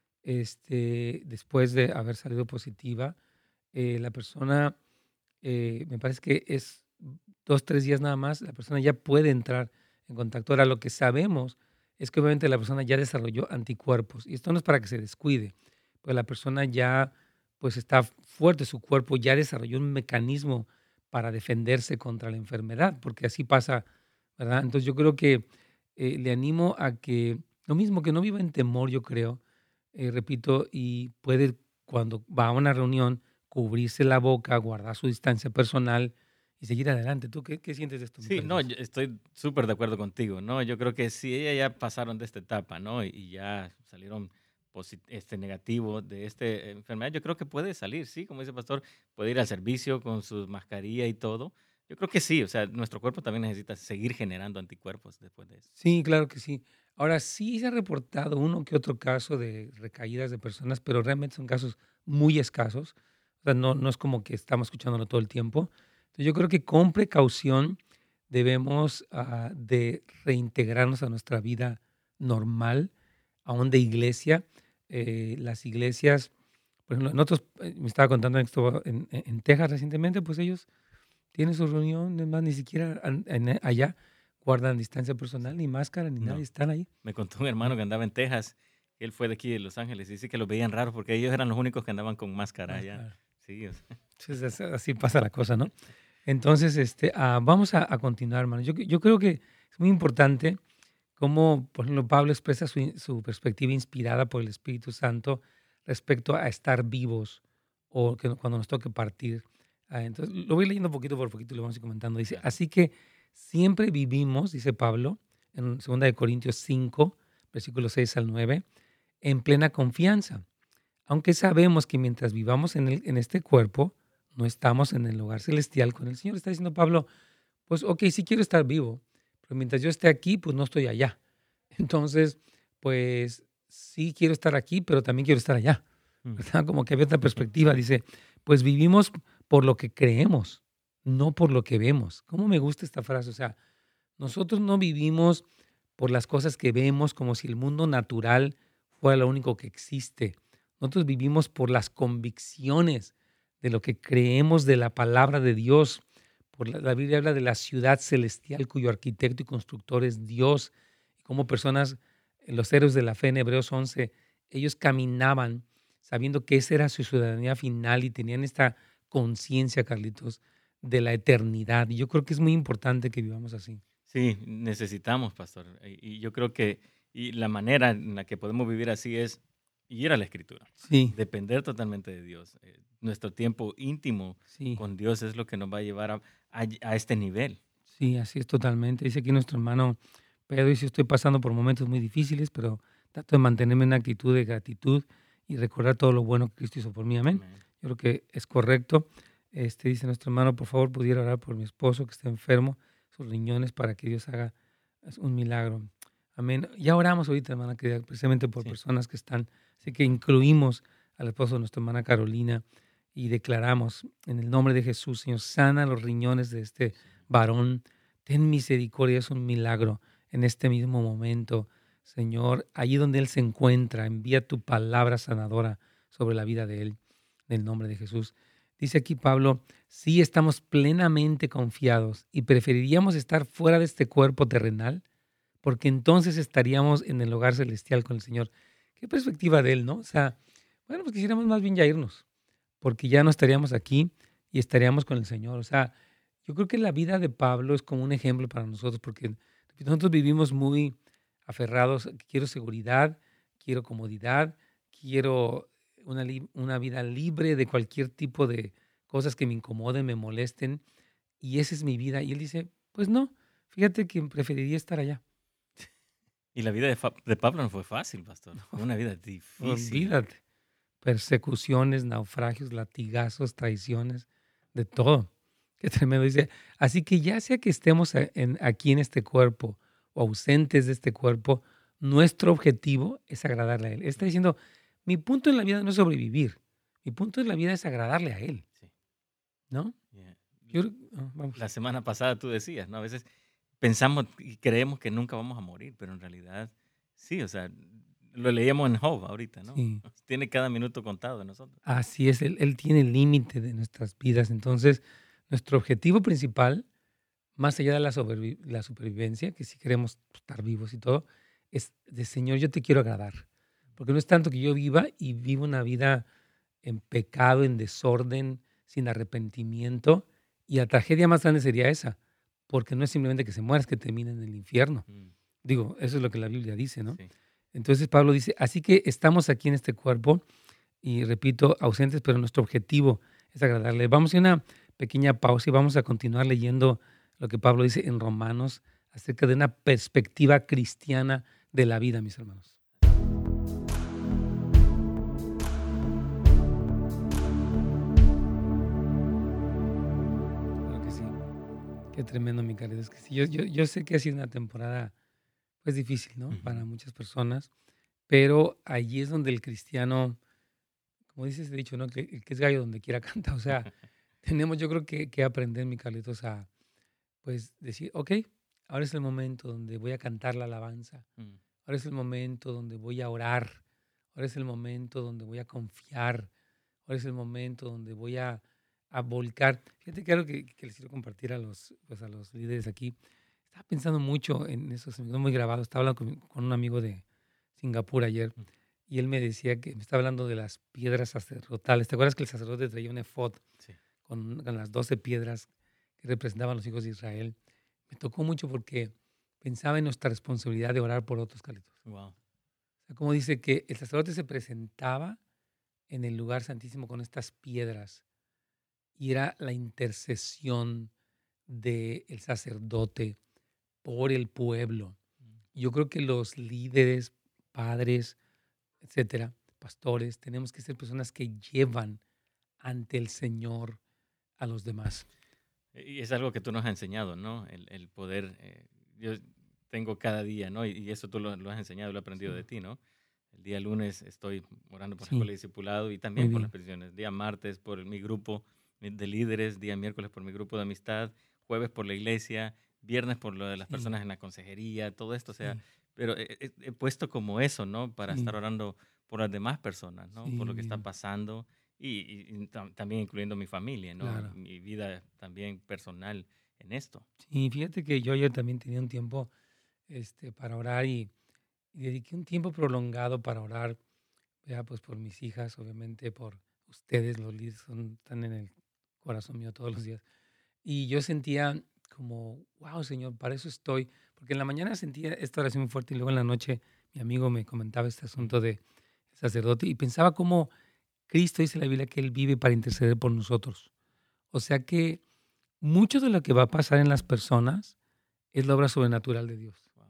este, después de haber salido positiva, eh, la persona, eh, me parece que es dos, tres días nada más, la persona ya puede entrar en contacto. Ahora, lo que sabemos es que obviamente la persona ya desarrolló anticuerpos y esto no es para que se descuide, pues la persona ya pues está fuerte, su cuerpo ya desarrolló un mecanismo para defenderse contra la enfermedad, porque así pasa, ¿verdad? Entonces yo creo que eh, le animo a que, lo mismo, que no viva en temor, yo creo, eh, repito, y puede cuando va a una reunión cubrirse la boca, guardar su distancia personal y seguir adelante. ¿Tú qué, qué sientes de esto, mi Sí, no, Carlitos? yo estoy súper de acuerdo contigo, ¿no? Yo creo que si ella ya pasaron de esta etapa, ¿no? Y, y ya salieron posit- este, negativo de esta enfermedad, yo creo que puede salir, sí, como dice el pastor, puede ir al servicio con su mascarilla y todo. Yo creo que sí, o sea, nuestro cuerpo también necesita seguir generando anticuerpos después de eso. Sí, claro que sí. Ahora sí se ha reportado uno que otro caso de recaídas de personas, pero realmente son casos muy escasos. O sea, no, no es como que estamos escuchándolo todo el tiempo. Entonces yo creo que con precaución debemos ah, de reintegrarnos a nuestra vida normal, aún de iglesia. Eh, las iglesias, por ejemplo, nosotros, eh, me estaba contando esto en, en- en Texas recientemente, pues ellos tienen su reunión, es más, ni siquiera an- en- allá guardan distancia personal, ni máscara, ni nada, y No, están ahí. me contó un ¿No? hermano que andaba en Texas, él fue de aquí de Los Ángeles, y dice que los veían raros porque ellos eran los únicos que andaban con máscara allá. Máscara. Sí, o sea, Entonces, as- así pasa la cosa, ¿no? Entonces, este, ah, vamos a, a continuar, hermano. Yo, yo creo que es muy importante cómo, por ejemplo, Pablo expresa su, in- su perspectiva inspirada por el Espíritu Santo respecto a estar vivos o que cuando nos toque partir. Ah, entonces, lo voy leyendo poquito por poquito y lo vamos a ir comentando. Dice, claro. así que siempre vivimos, dice Pablo, en dos de Corintios cinco, versículos seis al nueve, en plena confianza, aunque sabemos que mientras vivamos en, el- en este cuerpo, no estamos en el lugar celestial con el Señor. Está diciendo Pablo, pues ok, sí quiero estar vivo, pero mientras yo esté aquí, pues no estoy allá. Entonces, pues sí quiero estar aquí, pero también quiero estar allá. Mm. ¿Verdad? Como que había otra perspectiva. Sí, Dice, pues vivimos por lo que creemos, no por lo que vemos. ¿Cómo me gusta esta frase? O sea, nosotros no vivimos por las cosas que vemos como si el mundo natural fuera lo único que existe. Nosotros vivimos por las convicciones de lo que creemos de la palabra de Dios. Por la, la Biblia habla de la ciudad celestial cuyo arquitecto y constructor es Dios. Y como personas, eh, los héroes de la fe en Hebreos once, ellos caminaban sabiendo que esa era su ciudadanía final y tenían esta conciencia, Carlitos, de la eternidad. Y yo creo que es muy importante que vivamos así. sí, necesitamos, pastor. Y y yo creo que y la manera en la que podemos vivir así es ir a la Escritura, Sí, depender totalmente de Dios. Eh, nuestro tiempo íntimo sí, con Dios es lo que nos va a llevar a, a a este nivel. sí, así es totalmente. Dice aquí nuestro hermano Pedro, dice, estoy pasando por momentos muy difíciles, pero trato de mantenerme en una actitud de gratitud y recordar todo lo bueno que Cristo hizo por mí. Amén. Amén. Yo creo que es correcto. Este, dice nuestro hermano, por favor, pudiera orar por mi esposo que está enfermo, sus riñones, para que Dios haga es, un milagro. Amén. Ya oramos ahorita, hermana querida, precisamente por Sí. personas que están, así que incluimos al esposo de nuestra hermana Carolina y declaramos en el nombre de Jesús, Señor, sana los riñones de este Sí. varón. Ten misericordia, es un milagro en este mismo momento. Señor, allí donde Él se encuentra, envía tu palabra sanadora sobre la vida de Él, en el nombre de Jesús. Dice aquí Pablo, sí estamos plenamente confiados y preferiríamos estar fuera de este cuerpo terrenal, porque entonces estaríamos en el hogar celestial con el Señor. Qué perspectiva de Él, ¿no? O sea, bueno, pues quisiéramos más bien ya irnos, porque ya no estaríamos aquí y estaríamos con el Señor. O sea, yo creo que la vida de Pablo es como un ejemplo para nosotros, porque nosotros vivimos muy aferrados. Quiero seguridad, quiero comodidad, quiero una, li- una vida libre de cualquier tipo de cosas que me incomoden, me molesten, y esa es mi vida. Y él dice, pues no, fíjate que preferiría estar allá. Y la vida de, Fa- de Pablo no fue fácil, pastor. Fue una vida difícil. Olvídate, persecuciones, naufragios, latigazos, traiciones, de todo. Qué tremendo. Dice, así que ya sea que estemos a- en- aquí en este cuerpo o ausentes de este cuerpo, nuestro objetivo es agradarle a Él. Está diciendo, mi punto en la vida no es sobrevivir, mi punto en la vida es agradarle a Él, Sí. ¿no? Yeah. Yo, creo- ah, vamos. La semana pasada tú decías, ¿no? A veces pensamos y creemos que nunca vamos a morir, pero en realidad sí, o sea, lo leíamos en Job ahorita, ¿no? Sí, Tiene cada minuto contado de nosotros. así es, Él, Él tiene el límite de nuestras vidas. Entonces, nuestro objetivo principal más allá de la, sobrevi- la supervivencia, que si queremos estar vivos y todo, es de Señor, yo te quiero agradar. Porque no es tanto que yo viva y vivo una vida en pecado, en desorden, sin arrepentimiento. Y la tragedia más grande sería esa, porque no es simplemente que se muera, es que termine en el infierno. Mm, Digo, eso es lo que la Biblia dice, ¿no? sí. Entonces Pablo dice, así que estamos aquí en este cuerpo y repito, ausentes, pero nuestro objetivo es agradarle. Vamos a ir a una pequeña pausa y vamos a continuar leyendo lo que Pablo dice en Romanos acerca de una perspectiva cristiana de la vida, mis hermanos. Claro que sí. Qué tremendo, mi querido. Es que sí, yo, yo, yo sé que ha sido una temporada pues difícil, ¿no? Para Ujú. muchas personas, pero allí es donde el cristiano, como dices, he dicho, ¿no? Que el que es gallo donde quiera canta. O sea, tenemos yo creo que, que aprender, mi Carlitos, a pues decir, ok, ahora es el momento donde voy a cantar la alabanza, Mm, ahora es el momento donde voy a orar, ahora es el momento donde voy a confiar, ahora es el momento donde voy a, a volcar. Fíjate que algo que, que les quiero compartir a los, pues a los líderes aquí. Estaba pensando mucho en eso, se me quedó muy grabado. Estaba hablando con, con un amigo de Singapur ayer mm, y él me decía que me estaba hablando de las piedras sacerdotales. ¿Te acuerdas que el sacerdote traía un efod Sí. con, con las doce piedras que representaban a los hijos de Israel? Me tocó mucho porque pensaba en nuestra responsabilidad de orar por otros, Carlitos. Wow. O sea, como dice que el sacerdote se presentaba en el lugar santísimo con estas piedras y era la intercesión del sacerdote por el pueblo. Yo creo que los líderes, padres, etcétera, pastores, tenemos que ser personas que llevan ante el Señor a los demás. Y es algo que tú nos has enseñado, ¿no? El, el poder, eh, yo tengo cada día, ¿no? Y, y eso tú lo, lo has enseñado, lo he aprendido Sí. de ti, ¿no? El día lunes estoy orando por la Sí, escuela de discipulado y muy también por las bien. peticiones. Día martes por mi grupo de líderes, día miércoles por mi grupo de amistad, jueves por la iglesia, viernes por lo de las Sí, personas en la consejería, todo esto, o sea, sí, pero he, he- he puesto como eso, ¿no? Para sí, estar orando por las demás personas, ¿no? sí, Por lo que está bien, pasando y, y- y tam- también incluyendo mi familia, ¿no? claro. Mi vida también personal en esto. Sí, fíjate que yo ayer también tenía un tiempo este, para orar y, y dediqué un tiempo prolongado para orar, ya pues por mis hijas, obviamente por ustedes, los líderes, son, están en el corazón mío todos los días. Y yo sentía como, wow, Señor, para eso estoy. Porque en la mañana sentía esta oración muy fuerte y luego en la noche mi amigo me comentaba este Mm, asunto de sacerdote y pensaba cómo Cristo dice en la Biblia que Él vive para interceder por nosotros. O sea que mucho de lo que va a pasar en las personas es la obra sobrenatural de Dios. wow.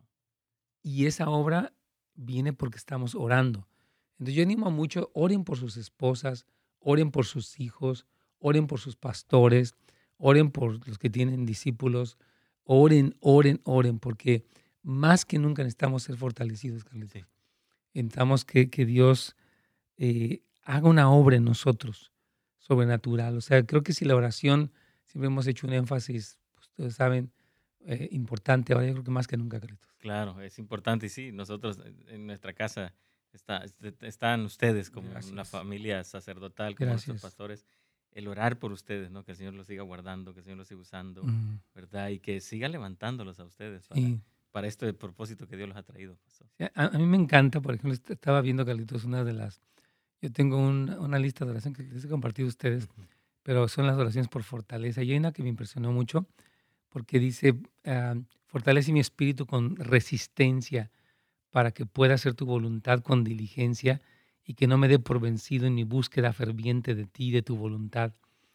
Y esa obra viene porque estamos orando. Entonces yo animo a mucho, oren por sus esposas, oren por sus hijos, oren por sus pastores, oren por los que tienen discípulos, oren, oren, oren, porque más que nunca necesitamos ser fortalecidos, Carlitos. Sí, Necesitamos que, que Dios eh, haga una obra en nosotros sobrenatural. O sea, creo que si la oración, siempre hemos hecho un énfasis, pues, ustedes saben, eh, importante, ahora yo creo que más que nunca, Carlitos. claro, es importante y sí, nosotros eh, en nuestra casa está, est- están ustedes como una Gracias, familia sacerdotal, como nuestros gracias. pastores, el orar por ustedes, ¿no? Que el Señor los siga guardando, que el Señor los siga usando, Mm, ¿verdad? Y que siga levantándolos a ustedes para, sí. para este propósito que Dios los ha traído, pastor. Sí, a, a mí me encanta, por ejemplo, est- estaba viendo, Carlitos, una de las, yo tengo un- una lista de oración que les he compartido a ustedes, Ujú. pero son las oraciones por fortaleza. Y hay una que me impresionó mucho porque dice, ah, fortalece mi espíritu con resistencia para que pueda hacer tu voluntad con diligencia y que no me dé por vencido en mi búsqueda ferviente de ti, de tu voluntad.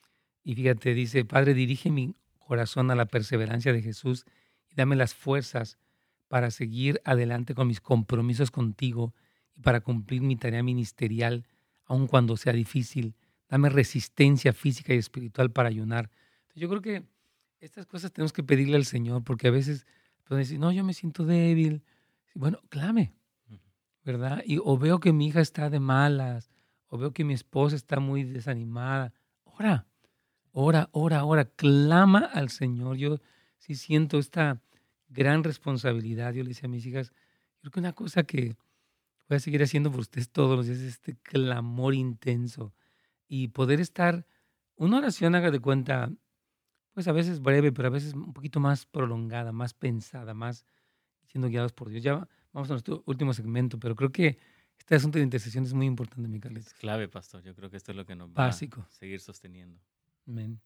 Y fíjate, dice, Padre, dirige mi corazón a la perseverancia de Jesús y dame las fuerzas para seguir adelante con mis compromisos contigo y para cumplir mi tarea ministerial, aun cuando sea difícil. Dame resistencia física y espiritual para ayunar. Entonces, yo creo que estas cosas tenemos que pedirle al Señor, porque a veces podemos decir, no, yo me siento débil. Sí, bueno, clame, Ujú. ¿verdad? Y, o veo que mi hija está de malas, o veo que mi esposa está muy desanimada. Ora. Ora, ora, ora, clama al Señor. Yo sí siento esta gran responsabilidad. Yo le decía a mis hijas, creo que una cosa que voy a seguir haciendo por ustedes todos los días es este clamor intenso y poder estar, una oración, haga de cuenta, pues a veces breve, pero a veces un poquito más prolongada, más pensada, más siendo guiados por Dios. Ya vamos a nuestro último segmento, pero creo que este asunto de intercesión es muy importante, mi Es Carlitos. clave, pastor. Yo creo que esto es lo que nos va a Básico. seguir sosteniendo. Amén.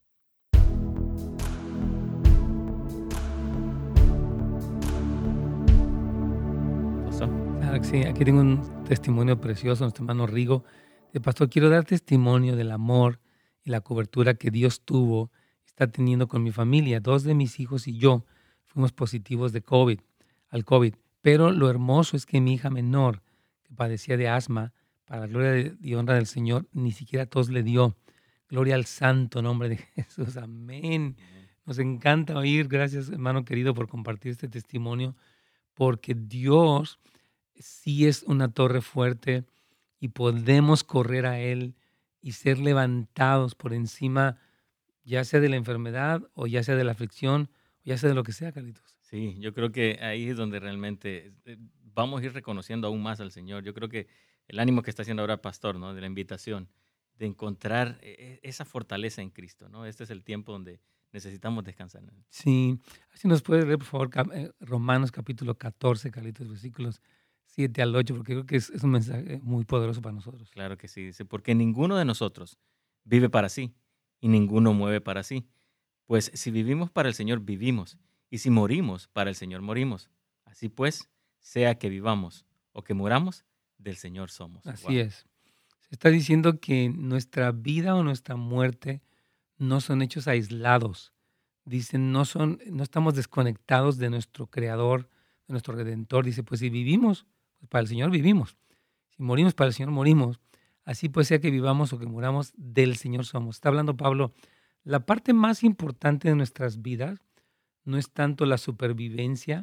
Pastor. Claro que sí, aquí tengo un testimonio precioso, nuestro hermano Rigo. De pastor, quiero dar testimonio del amor y la cobertura que Dios tuvo, está teniendo con mi familia. Dos de mis hijos y yo fuimos positivos de COVID, al COVID. Pero lo hermoso es que mi hija menor, que padecía de asma, para la gloria de- y honra del Señor, ni siquiera tos le dio. Gloria al santo nombre de Jesús. Amén. Amén. Nos encanta oír. Gracias, hermano querido, por compartir este testimonio, porque Dios sí es una torre fuerte y podemos correr a Él y ser levantados por encima, ya sea de la enfermedad o ya sea de la aflicción, o ya sea de lo que sea, Carlitos. Sí, yo creo que ahí es donde realmente eh, vamos a ir reconociendo aún más al Señor. Yo creo que el ánimo que está haciendo ahora Pastor, ¿no? De la invitación, de encontrar eh, esa fortaleza en Cristo, ¿no? Este es el tiempo donde necesitamos descansar en Él. Sí, así nos puede leer, por favor, Cap- eh, Romanos capítulo catorce, Carlitos, versículos siete al ocho, porque creo que es, es un mensaje muy poderoso para nosotros. Claro que sí, dice, porque ninguno de nosotros vive para sí y ninguno mueve para sí. Pues si vivimos para el Señor, vivimos, y si morimos, para el Señor morimos. Así pues, sea que vivamos o que muramos, del Señor somos. Así Wow. es. Se está diciendo que nuestra vida o nuestra muerte no son hechos aislados. Dicen, no son, no estamos desconectados de nuestro Creador, de nuestro Redentor. Dice, pues si vivimos, pues para el Señor vivimos. Si morimos, para el Señor morimos. Así pues, sea que vivamos o que muramos, del Señor somos. Está hablando Pablo, la parte más importante de nuestras vidas no es tanto la supervivencia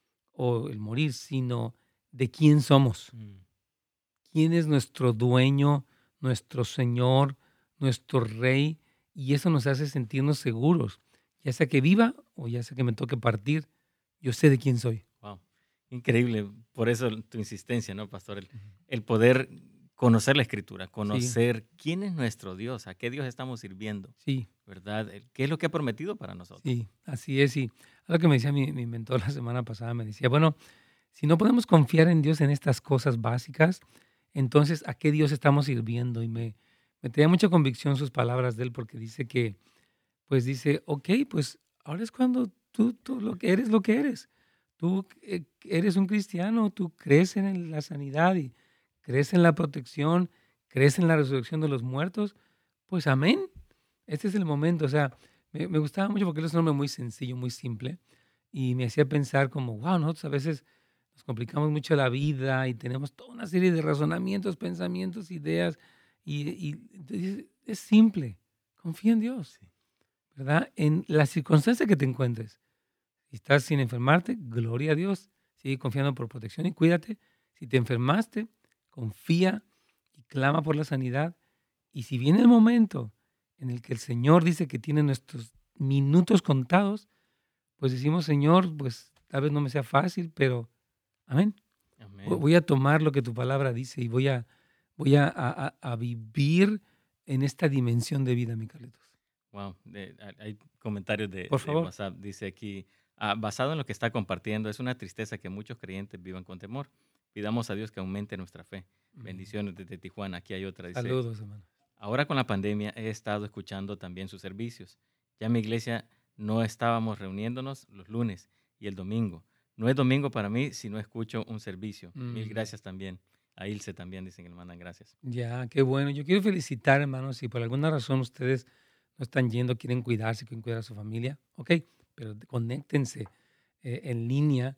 o el morir, sino de quién somos. Mm. Quién es nuestro dueño, nuestro Señor, nuestro Rey, y eso nos hace sentirnos seguros. Ya sea que viva o ya sea que me toque partir, yo sé de quién soy. Wow. Increíble. Por eso tu insistencia, ¿no, pastor? El, el poder conocer la Escritura, Sí, conocer quién es nuestro Dios, a qué Dios estamos sirviendo, sí, ¿verdad? El- ¿Qué es lo que ha prometido para nosotros? sí, así es. Y algo que me decía mi, mi mentor la semana pasada, me decía, bueno, si no podemos confiar en Dios en estas cosas básicas, entonces, ¿a qué Dios estamos sirviendo? Y me, me tenía mucha convicción sus palabras de él, porque dice que, pues dice, ok, pues ahora es cuando tú, tú lo que eres lo que eres. Tú eh, eres un cristiano, tú crees en el- la sanidad y crees en la protección, crees en la resurrección de los muertos, pues amén. Este es el momento. O sea, me, me gustaba mucho porque él es un hombre muy sencillo, muy simple, y me hacía pensar como, wow, nosotros a veces nos complicamos mucho la vida y tenemos toda una serie de razonamientos, pensamientos, ideas, y, y entonces es simple, confía en Dios, Sí. ¿verdad? En la circunstancia que te encuentres. Si estás sin enfermarte, gloria a Dios, sigue confiando por protección y cuídate. Si te enfermaste, confía y clama por la sanidad. Y si viene el momento en el que el Señor dice que tiene nuestros minutos contados, pues decimos, Señor, pues tal vez no me sea fácil, pero amén. Vo- Amén. Voy a tomar lo que tu palabra dice y voy a, voy a, a- a- a vivir en esta dimensión de vida, mi Carlitos. Wow. De- hay hay comentarios de, Por de favor. WhatsApp. Dice aquí, ah, basado en lo que está compartiendo, es una tristeza que muchos creyentes vivan con temor. Pidamos a Dios que aumente nuestra fe. Mm. Bendiciones desde Tijuana. Aquí hay otra. Dice, Saludos, hermano. ahora con la pandemia he estado escuchando también sus servicios. Ya en mi iglesia no estábamos reuniéndonos los lunes y el domingo. No es domingo para mí si no escucho un servicio. Mil Mm. gracias también. A Ilse también dicen que le mandan gracias. Ya, qué bueno. Yo quiero felicitar, hermanos, si por alguna razón ustedes no están yendo, quieren cuidarse, quieren cuidar a su familia, ok, pero conéctense eh, en línea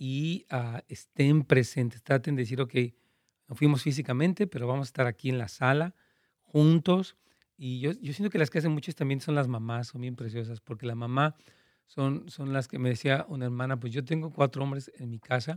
y ah, estén presentes. Traten de decir, ok, no fuimos físicamente, pero vamos a estar aquí en la sala juntos. Y yo, yo siento que las que hacen mucho también son las mamás, son bien preciosas, porque la mamá son, son las que me decía una hermana, pues yo tengo cuatro hombres en mi casa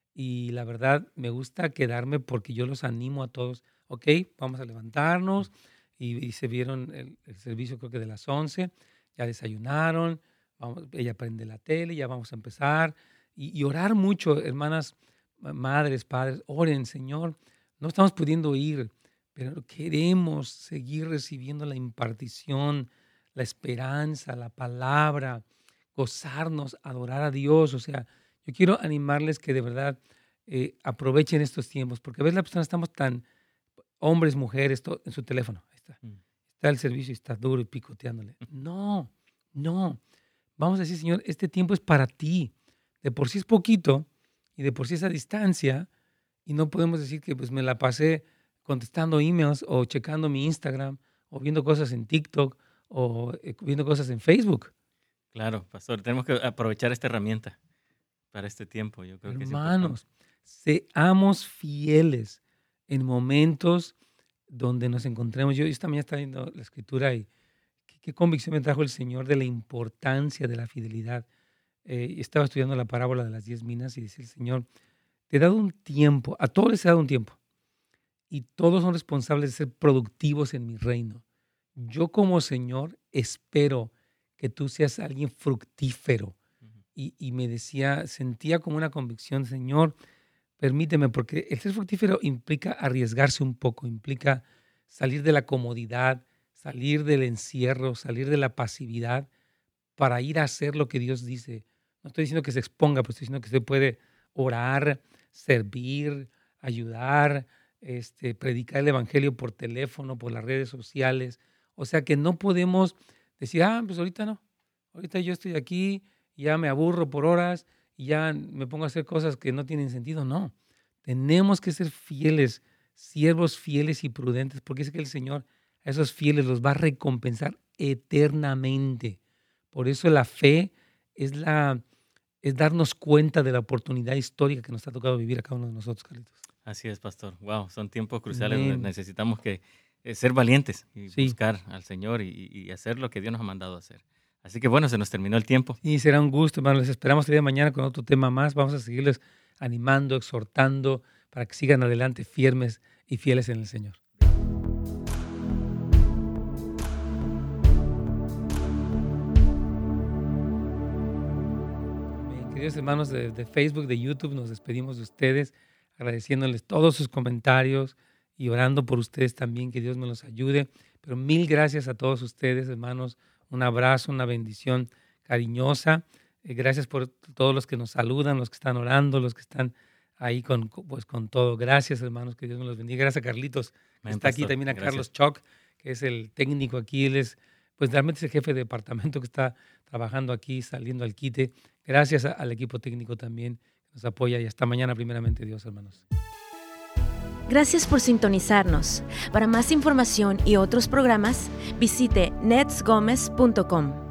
y la verdad me gusta quedarme porque yo los animo a todos. Ok, vamos a levantarnos y, y se vieron el, el servicio creo que de las once, ya desayunaron, vamos, ella prende la tele, ya vamos a empezar y, y orar mucho, hermanas, ma- madres, padres, oren, Señor, no estamos pudiendo ir, pero queremos seguir recibiendo la impartición, la esperanza, la palabra, gozarnos, adorar a Dios, o sea, yo quiero animarles que de verdad eh, aprovechen estos tiempos, porque a veces las personas estamos tan, hombres, mujeres, todo, en su teléfono, ahí está, Mm. está el servicio y está duro y picoteándole. No, no, vamos a decir, Señor, este tiempo es para ti, de por sí es poquito y de por sí es a distancia, y no podemos decir que pues me la pasé contestando emails o checando mi Instagram o viendo cosas en TikTok o eh, viendo cosas en Facebook. Claro, pastor, tenemos que aprovechar esta herramienta para este tiempo. Yo creo que es importante. Hermanos, seamos fieles en momentos donde nos encontremos. Yo esta mañana estaba viendo la escritura y qué, qué convicción me trajo el Señor de la importancia de la fidelidad. Eh, y estaba estudiando la parábola de las diez minas y dice el Señor, te he dado un tiempo, a todos les he dado un tiempo y todos son responsables de ser productivos en mi reino. Yo como Señor espero que tú seas alguien fructífero. Ujú. Y, y me decía, sentía como una convicción, Señor, permíteme, porque el ser fructífero implica arriesgarse un poco, implica salir de la comodidad, salir del encierro, salir de la pasividad para ir a hacer lo que Dios dice. No estoy diciendo que se exponga, pero estoy diciendo que se puede orar, servir, ayudar, este, predicar el evangelio por teléfono, por las redes sociales. O sea que no podemos decir, ah, pues ahorita no, ahorita yo estoy aquí, ya me aburro por horas y ya me pongo a hacer cosas que no tienen sentido. No, tenemos que ser fieles, siervos fieles y prudentes, porque es que el Señor a esos fieles los va a recompensar eternamente. Por eso la fe es, la, es darnos cuenta de la oportunidad histórica que nos ha tocado vivir a cada uno de nosotros, Carlitos. Así es, pastor. Wow, son tiempos cruciales Amén. donde necesitamos que eh, ser valientes y Sí. buscar al Señor y, y hacer lo que Dios nos ha mandado a hacer. Así que bueno, se nos terminó el tiempo. Y será un gusto, hermanos. Les esperamos el día de mañana con otro tema más. Vamos a seguirles animando, exhortando para que sigan adelante firmes y fieles en el Señor. Amén. Queridos hermanos de, de Facebook, de YouTube, nos despedimos de ustedes, agradeciéndoles todos sus comentarios y orando por ustedes también, que Dios me los ayude. Pero mil gracias a todos ustedes, hermanos. Un abrazo, una bendición cariñosa. Eh, gracias por todos los que nos saludan, los que están orando, los que están ahí con, pues, con todo. Gracias, hermanos, que Dios me los bendiga. Gracias a Carlitos, que Amén, está aquí, pastor. también a Gracias. Carlos Choc, que es el técnico aquí. Él es, pues realmente es el jefe de departamento que está trabajando aquí, saliendo al quite. Gracias a- al equipo técnico también que nos apoya. Y hasta mañana, primeramente Dios, hermanos. Gracias por sintonizarnos. Para más información y otros programas, visite nets gomez punto com.